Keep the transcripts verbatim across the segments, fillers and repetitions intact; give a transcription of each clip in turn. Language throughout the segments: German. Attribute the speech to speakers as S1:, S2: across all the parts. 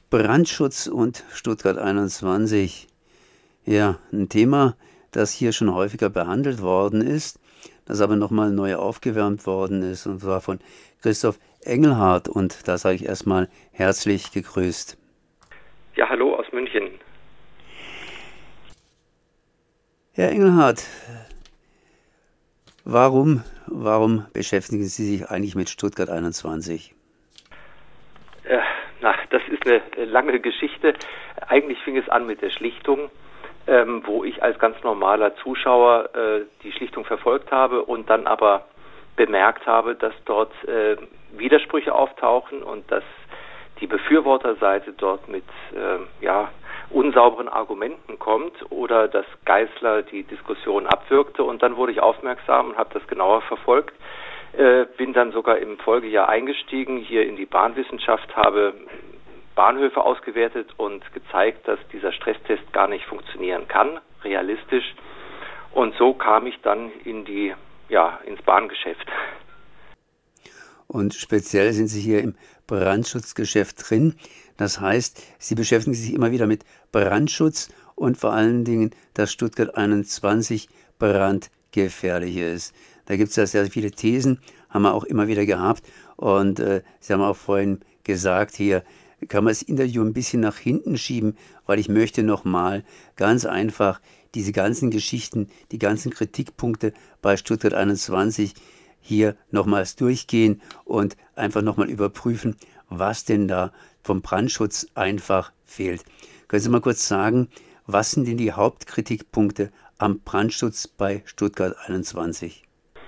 S1: Brandschutz und Stuttgart einundzwanzig. Ja, ein Thema, das hier schon häufiger behandelt worden ist, das aber nochmal neu aufgewärmt worden ist, und zwar von Christoph Engelhardt. Und da sage ich erstmal herzlich gegrüßt.
S2: Ja, hallo aus München.
S1: Herr Engelhardt, warum, warum beschäftigen Sie sich eigentlich mit Stuttgart einundzwanzig?
S2: Äh, na, das ist eine lange Geschichte. Eigentlich fing es an mit der Schlichtung, ähm, wo ich als ganz normaler Zuschauer äh, die Schlichtung verfolgt habe und dann aber bemerkt habe, dass dort äh, Widersprüche auftauchen und dass die Befürworterseite dort mit äh, ja, unsauberen Argumenten kommt oder dass Geisler die Diskussion abwirkte, und dann wurde ich aufmerksam und habe das genauer verfolgt. Äh, bin dann sogar im Folgejahr eingestiegen hier in die Bahnwissenschaft, habe Bahnhöfe ausgewertet und gezeigt, dass dieser Stresstest gar nicht funktionieren kann, realistisch. Und so kam ich dann in die, ja, ins Bahngeschäft.
S1: Und speziell sind Sie hier im Brandschutzgeschäft drin. Das heißt, Sie beschäftigen sich immer wieder mit Brandschutz und vor allen Dingen, dass Stuttgart einundzwanzig brandgefährlich ist. Da gibt es ja sehr viele Thesen, haben wir auch immer wieder gehabt. Und äh, Sie haben auch vorhin gesagt, hier kann man das Interview ein bisschen nach hinten schieben, weil ich möchte nochmal ganz einfach diese ganzen Geschichten, die ganzen Kritikpunkte bei Stuttgart einundzwanzig hier nochmals durchgehen und einfach nochmal überprüfen, was denn da vom Brandschutz einfach fehlt. Können Sie mal kurz sagen, was sind denn die Hauptkritikpunkte am Brandschutz bei Stuttgart einundzwanzig?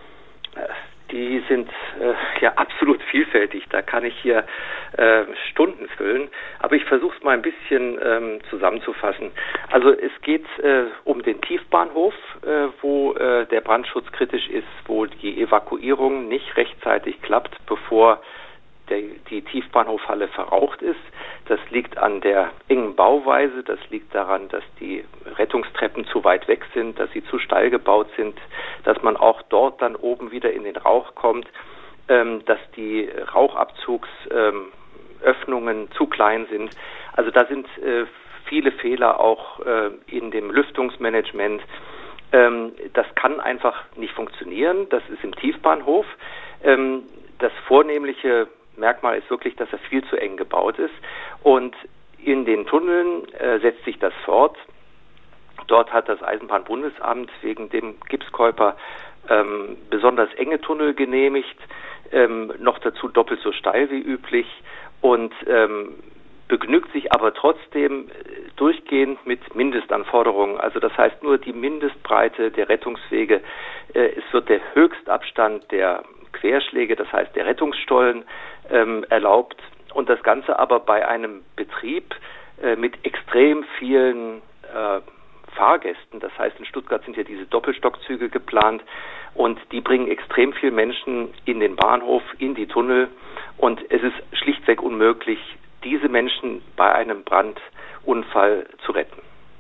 S2: Die sind äh, ja absolut vielfältig. Da kann ich hier äh, Stunden füllen. Aber ich versuche es mal ein bisschen ähm, zusammenzufassen. Also es geht äh, um den Tiefbahnhof, äh, wo äh, der Brandschutz kritisch ist, wo die Evakuierung nicht rechtzeitig klappt, bevor der, die Tiefbahnhofhalle verraucht ist. Das liegt an der engen Bauweise, das liegt daran, dass die Rettungstreppen zu weit weg sind, dass sie zu steil gebaut sind, dass man auch dort dann oben wieder in den Rauch kommt, ähm, dass die Rauchabzugsöffnungen ähm, zu klein sind. Also da sind äh, viele Fehler auch äh, in dem Lüftungsmanagement. Ähm, das kann einfach nicht funktionieren. Das ist im Tiefbahnhof. Ähm, das vornehmliche Merkmal ist wirklich, dass er viel zu eng gebaut ist, und in den Tunneln äh, setzt sich das fort. Dort hat das Eisenbahnbundesamt wegen dem Gipskäuper ähm, besonders enge Tunnel genehmigt, ähm, noch dazu doppelt so steil wie üblich, und ähm, begnügt sich aber trotzdem durchgehend mit Mindestanforderungen. Also das heißt nur die Mindestbreite der Rettungswege. Äh, es wird der Höchstabstand der Querschläge, das heißt der Rettungsstollen, ähm, erlaubt, und das Ganze aber bei einem Betrieb äh, mit extrem vielen äh, Fahrgästen. Das heißt, in Stuttgart sind ja diese Doppelstockzüge geplant, und die bringen extrem viele Menschen in den Bahnhof, in die Tunnel, und es ist schlichtweg unmöglich, diese Menschen bei einem Brandunfall zu retten.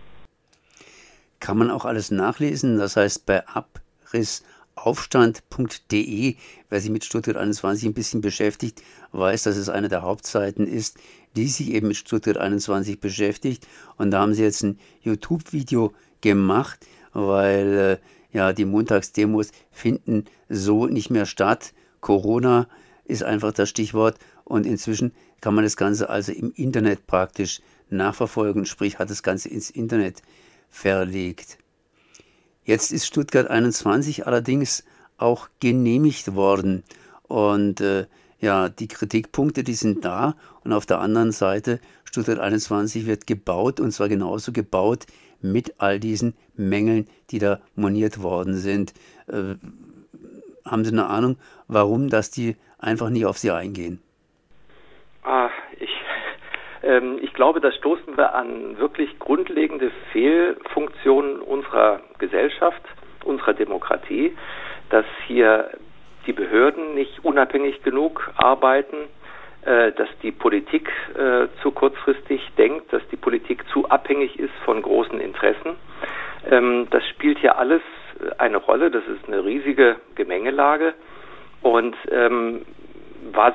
S1: Kann man auch alles nachlesen, das heißt bei Abriss Aufstand punkt de, wer sich mit Stuttgart einundzwanzig ein bisschen beschäftigt, weiß, dass es eine der Hauptseiten ist, die sich eben mit Stuttgart einundzwanzig beschäftigt. Und da haben sie jetzt ein YouTube-Video gemacht, weil äh, ja die Montagsdemos finden so nicht mehr statt. Corona ist einfach das Stichwort, und inzwischen kann man das Ganze also im Internet praktisch nachverfolgen, sprich hat das Ganze ins Internet verlegt. Jetzt ist Stuttgart einundzwanzig allerdings auch genehmigt worden, und äh, ja, die Kritikpunkte, die sind da, und auf der anderen Seite, Stuttgart einundzwanzig wird gebaut, und zwar genauso gebaut mit all diesen Mängeln, die da moniert worden sind. Äh, haben Sie eine Ahnung, warum, dass die einfach nicht auf Sie eingehen?
S2: Ah, ich ähm, ich glaube, da stoßen wir an wirklich grundlegende Fehlfunktionen unserer Gesellschaft, unserer Demokratie, dass hier die Behörden nicht unabhängig genug arbeiten, äh, dass die Politik äh, zu kurzfristig denkt, dass die Politik zu abhängig ist von großen Interessen. Ähm, das spielt hier alles eine Rolle, das ist eine riesige Gemengelage, und ähm, war so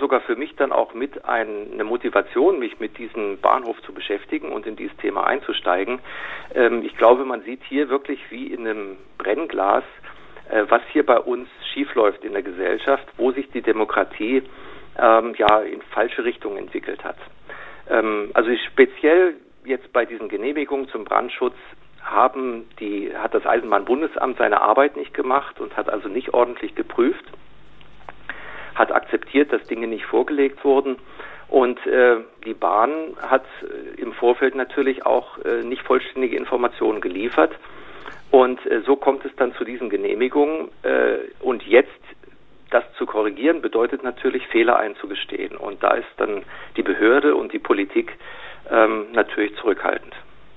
S2: sogar für mich dann auch mit ein, eine Motivation, mich mit diesem Bahnhof zu beschäftigen und in dieses Thema einzusteigen. Ähm, ich glaube, man sieht hier wirklich wie in einem Brennglas, äh, was hier bei uns schiefläuft in der Gesellschaft, wo sich die Demokratie ähm, ja in falsche Richtung entwickelt hat. Ähm, also speziell jetzt bei diesen Genehmigungen zum Brandschutz haben die, hat das Eisenbahnbundesamt seine Arbeit nicht gemacht und hat also nicht ordentlich geprüft, hat akzeptiert, dass Dinge nicht vorgelegt wurden und äh, die Bahn hat äh, im Vorfeld natürlich auch äh, nicht vollständige Informationen geliefert und äh, so kommt es dann zu diesen Genehmigungen äh, und jetzt das zu korrigieren bedeutet natürlich Fehler einzugestehen und da ist dann die Behörde und die Politik ähm, natürlich zurückhaltend.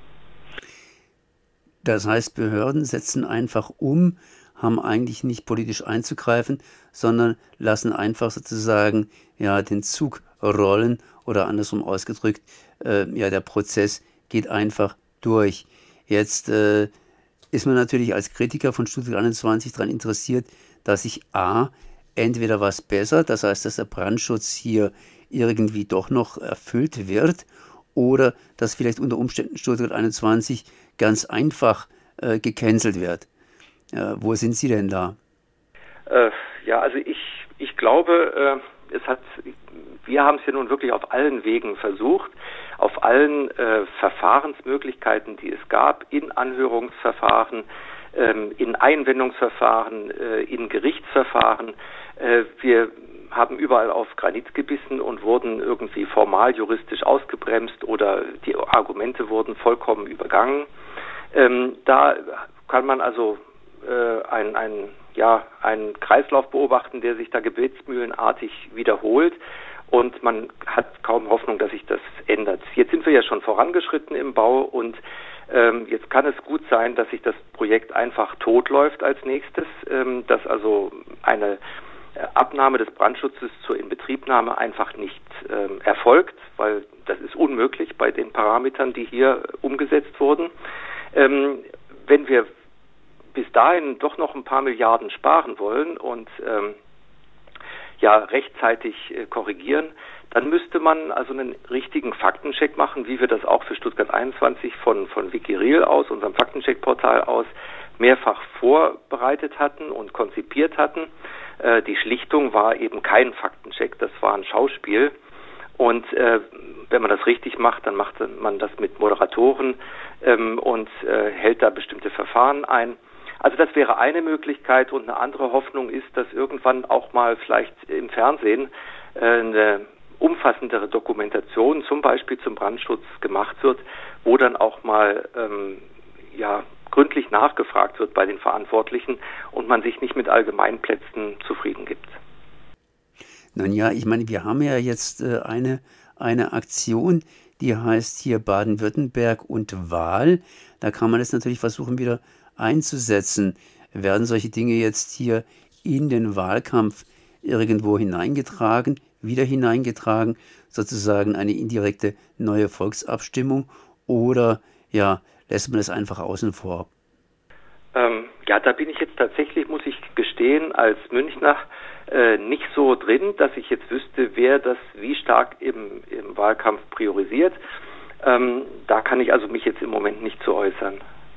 S1: Das heißt, Behörden setzen einfach um, haben eigentlich nicht politisch einzugreifen, sondern lassen einfach sozusagen ja den Zug rollen oder andersrum ausgedrückt, äh, ja der Prozess geht einfach durch. Jetzt äh, ist man natürlich als Kritiker von Stuttgart einundzwanzig daran interessiert, dass sich a. entweder was bessert, das heißt, dass der Brandschutz hier irgendwie doch noch erfüllt wird, oder dass vielleicht unter Umständen Stuttgart einundzwanzig ganz einfach äh, gecancelt wird. Äh, wo sind Sie denn da?
S2: Äh, ja, also ich, ich glaube, äh, es hat, wir haben es ja nun wirklich auf allen Wegen versucht, auf allen äh, Verfahrensmöglichkeiten, die es gab, in Anhörungsverfahren, ähm, in Einwendungsverfahren, äh, in Gerichtsverfahren. Äh, wir haben überall auf Granit gebissen und wurden irgendwie formal juristisch ausgebremst oder die Argumente wurden vollkommen übergangen. Ähm, da kann man also äh, ein, ein, ja, einen Kreislauf beobachten, der sich da gebetsmühlenartig wiederholt und man hat kaum Hoffnung, dass sich das ändert. Jetzt sind wir ja schon vorangeschritten im Bau und ähm, jetzt kann es gut sein, dass sich das Projekt einfach totläuft als nächstes, ähm, dass also eine Abnahme des Brandschutzes zur Inbetriebnahme einfach nicht ähm, erfolgt, weil das ist unmöglich bei den Parametern, die hier umgesetzt wurden. Ähm, wenn wir bis dahin doch noch ein paar Milliarden sparen wollen und ähm, ja rechtzeitig äh, korrigieren, dann müsste man also einen richtigen Faktencheck machen, wie wir das auch für Stuttgart einundzwanzig von von Wikireal aus, unserem Faktencheck-Portal aus, mehrfach vorbereitet hatten und konzipiert hatten. Äh, die Schlichtung war eben kein Faktencheck, das war ein Schauspiel. Und äh, wenn man das richtig macht, dann macht man das mit Moderatoren ähm, und äh, hält da bestimmte Verfahren ein. Also das wäre eine Möglichkeit und eine andere Hoffnung ist, dass irgendwann auch mal vielleicht im Fernsehen äh, eine umfassendere Dokumentation zum Beispiel zum Brandschutz gemacht wird, wo dann auch mal ähm, ja gründlich nachgefragt wird bei den Verantwortlichen und man sich nicht mit Allgemeinplätzen zufrieden gibt.
S1: Nun ja, ich meine, wir haben ja jetzt äh, eine, eine Aktion, die heißt hier Baden-Württemberg und Wahl. Da kann man es natürlich versuchen, wieder einzusetzen. Werden solche Dinge jetzt hier in den Wahlkampf irgendwo hineingetragen, wieder hineingetragen, sozusagen eine indirekte neue Volksabstimmung, oder ja, lässt man das einfach außen vor?
S2: Ähm, ja, da bin ich jetzt tatsächlich, muss ich gestehen, als Münchner äh, nicht so drin, dass ich jetzt wüsste, wer das wie stark im, im Wahlkampf priorisiert. Ähm, da kann ich also mich jetzt im Moment nicht zu äußern.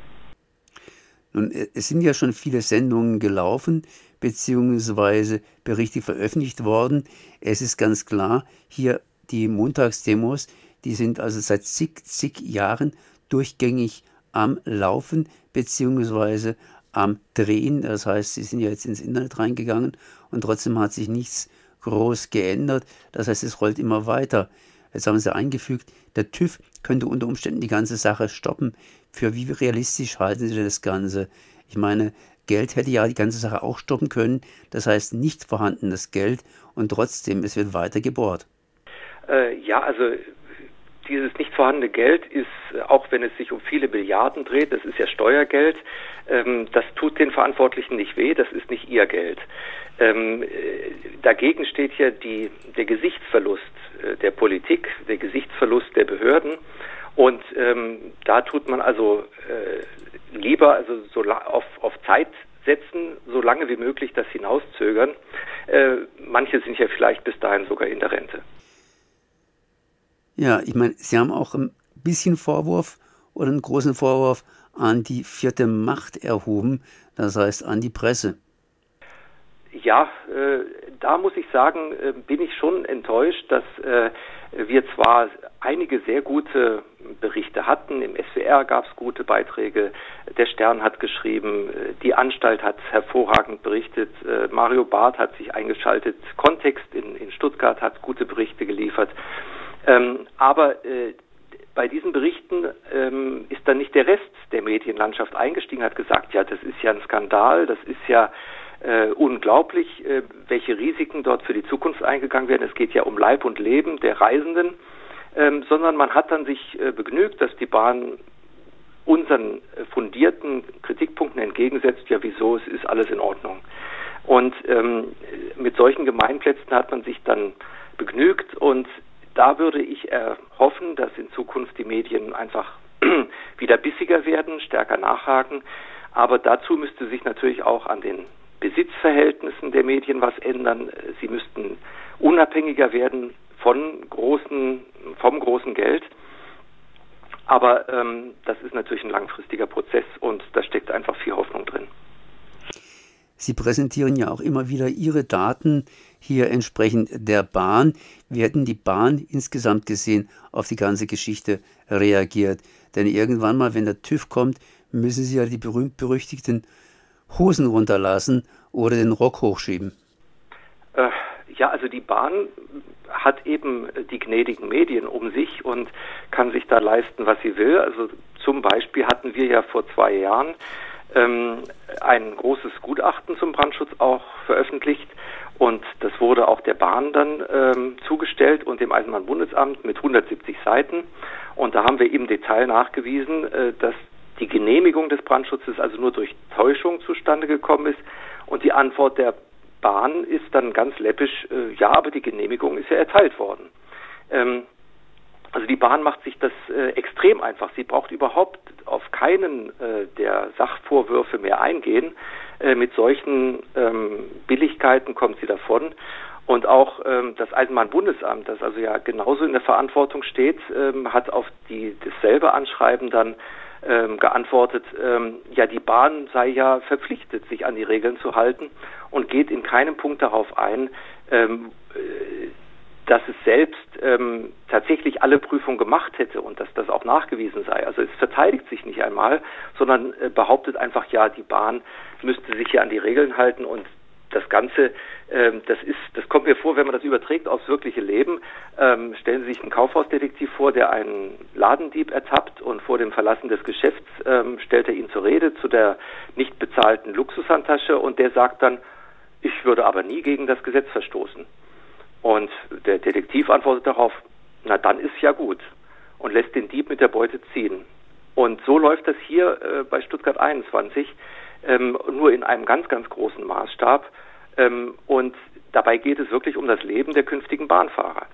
S1: Nun, es sind ja schon viele Sendungen gelaufen, beziehungsweise Berichte veröffentlicht worden. Es ist ganz klar, hier die Montagsdemos, die sind also seit zig, zig Jahren durchgängig am Laufen beziehungsweise am Drehen. Das heißt, sie sind ja jetzt ins Internet reingegangen und trotzdem hat sich nichts groß geändert. Das heißt, es rollt immer weiter. Jetzt haben sie eingefügt, der TÜV könnte unter Umständen die ganze Sache stoppen. Für wie realistisch halten Sie das Ganze? Ich meine, Geld hätte ja die ganze Sache auch stoppen können. Das heißt, nicht vorhandenes Geld und trotzdem, es wird weiter gebohrt.
S2: Äh, ja, also dieses nicht vorhandene Geld ist, auch wenn es sich um viele Milliarden dreht, das ist ja Steuergeld, ähm, das tut den Verantwortlichen nicht weh, das ist nicht ihr Geld. Ähm, äh, dagegen steht ja die, der Gesichtsverlust äh, der Politik, der Gesichtsverlust der Behörden und ähm, da tut man also äh, lieber also so auf, auf Zeit setzen, so lange wie möglich das hinauszögern. Äh, manches sind ja vielleicht bis dahin sogar in der Rente.
S1: Ja, ich meine, Sie haben auch ein bisschen Vorwurf oder einen großen Vorwurf an die vierte Macht erhoben, das heißt an die Presse.
S2: Ja, äh, da muss ich sagen, äh, bin ich schon enttäuscht, dass äh, wir zwar einige sehr gute Berichte hatten, im S W R gab es gute Beiträge, der Stern hat geschrieben, äh, die Anstalt hat hervorragend berichtet, äh, Mario Barth hat sich eingeschaltet, Kontext in, in Stuttgart hat gute Berichte geliefert, ähm, aber äh, bei diesen Berichten ähm, ist dann nicht der Rest der Medienlandschaft eingestiegen, hat gesagt, ja, das ist ja ein Skandal, das ist ja Äh, unglaublich, äh, welche Risiken dort für die Zukunft eingegangen werden. Es geht ja um Leib und Leben der Reisenden, ähm, sondern man hat dann sich äh, begnügt, dass die Bahn unseren äh, fundierten Kritikpunkten entgegensetzt, ja wieso, es ist alles in Ordnung. Und ähm, mit solchen Gemeinplätzen hat man sich dann begnügt und da würde ich äh, hoffen, dass in Zukunft die Medien einfach wieder bissiger werden, stärker nachhaken, aber dazu müsste sich natürlich auch an den Besitzverhältnissen der Medien was ändern. Sie müssten unabhängiger werden von großen, vom großen Geld. Aber ähm, das ist natürlich ein langfristiger Prozess und da steckt einfach viel Hoffnung drin.
S1: Sie präsentieren ja auch immer wieder Ihre Daten hier entsprechend der Bahn. Wie hätten die Bahn insgesamt gesehen auf die ganze Geschichte reagiert? Denn irgendwann mal, wenn der TÜV kommt, müssen Sie ja die berühmt-berüchtigten Hosen runterlassen oder den Rock hochschieben?
S2: Äh, ja, also die Bahn hat eben die gnädigen Medien um sich und kann sich da leisten, was sie will. Also zum Beispiel hatten wir ja vor zwei Jahren ähm, ein großes Gutachten zum Brandschutz auch veröffentlicht und das wurde auch der Bahn dann ähm, zugestellt und dem Eisenbahnbundesamt mit hundertsiebzig Seiten und da haben wir im Detail nachgewiesen, äh, dass die Genehmigung des Brandschutzes also nur durch Täuschung zustande gekommen ist und die Antwort der Bahn ist dann ganz läppisch, äh, ja, aber die Genehmigung ist ja erteilt worden. Ähm, also die Bahn macht sich das äh, extrem einfach. Sie braucht überhaupt auf keinen äh, der Sachvorwürfe mehr eingehen. Äh, mit solchen ähm, Billigkeiten kommt sie davon. Und auch ähm, das Eisenbahnbundesamt, das also ja genauso in der Verantwortung steht, ähm, hat auf die dasselbe Anschreiben dann Ähm, geantwortet, ähm, ja, die Bahn sei ja verpflichtet, sich an die Regeln zu halten und geht in keinem Punkt darauf ein, ähm, äh, dass es selbst ähm, tatsächlich alle Prüfungen gemacht hätte und dass das auch nachgewiesen sei. Also es verteidigt sich nicht einmal, sondern äh, behauptet einfach, ja, die Bahn müsste sich hier an die Regeln halten und das Ganze, ähm, das ist, das kommt mir vor, wenn man das überträgt aufs wirkliche Leben. Ähm, stellen Sie sich einen Kaufhausdetektiv vor, der einen Ladendieb ertappt und vor dem Verlassen des Geschäfts ähm, stellt er ihn zur Rede zu der nicht bezahlten Luxushandtasche und der sagt dann, ich würde aber nie gegen das Gesetz verstoßen. Und der Detektiv antwortet darauf, na dann ist ja gut und lässt den Dieb mit der Beute ziehen. Und so läuft das hier äh, bei Stuttgart einundzwanzig, ähm, nur in einem ganz, ganz großen Maßstab. Ähm, und dabei geht es wirklich um das Leben der künftigen Bahnfahrer.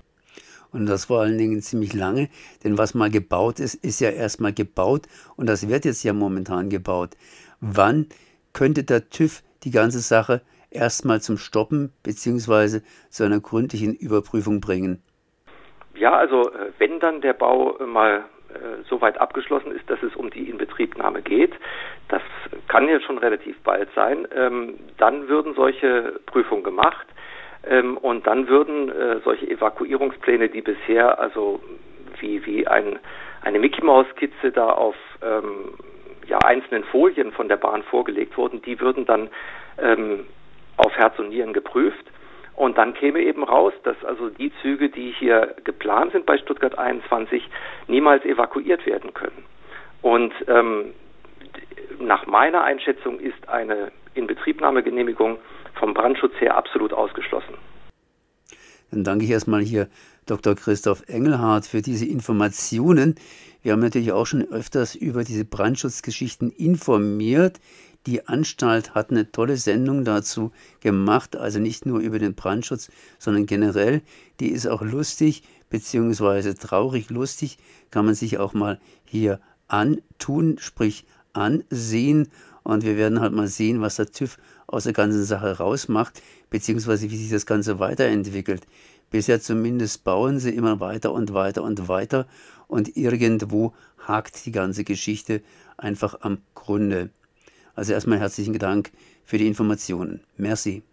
S1: Und das vor allen Dingen ziemlich lange, denn was mal gebaut ist, ist ja erstmal gebaut und das wird jetzt ja momentan gebaut. Wann könnte der TÜV die ganze Sache erstmal zum Stoppen bzw. zu einer gründlichen Überprüfung bringen?
S2: Ja, also wenn dann der Bau mal äh, so weit abgeschlossen ist, dass es um die Inbetriebnahme geht, das kann ja schon relativ bald sein, ähm, dann würden solche Prüfungen gemacht ähm, und dann würden äh, solche Evakuierungspläne, die bisher also wie, wie ein, eine Mickey-Maus-Skizze da auf ähm, ja, einzelnen Folien von der Bahn vorgelegt wurden, die würden dann ähm, auf Herz und Nieren geprüft. Und dann käme eben raus, dass also die Züge, die hier geplant sind bei Stuttgart einundzwanzig, niemals evakuiert werden können. Und ähm, nach meiner Einschätzung ist eine Inbetriebnahmegenehmigung vom Brandschutz her absolut ausgeschlossen.
S1: Dann danke ich erstmal hier Doktor Christoph Engelhardt für diese Informationen. Wir haben natürlich auch schon öfters über diese Brandschutzgeschichten informiert. Die Anstalt hat eine tolle Sendung dazu gemacht, also nicht nur über den Brandschutz, sondern generell. Die ist auch lustig, beziehungsweise traurig lustig, kann man sich auch mal hier antun, sprich ansehen. Und wir werden halt mal sehen, was der TÜV aus der ganzen Sache rausmacht. beziehungsweise wie sich das Ganze weiterentwickelt. Bisher zumindest bauen sie immer weiter und weiter und weiter und irgendwo hakt die ganze Geschichte einfach am Grunde. Also erstmal herzlichen Dank für die Informationen. Merci.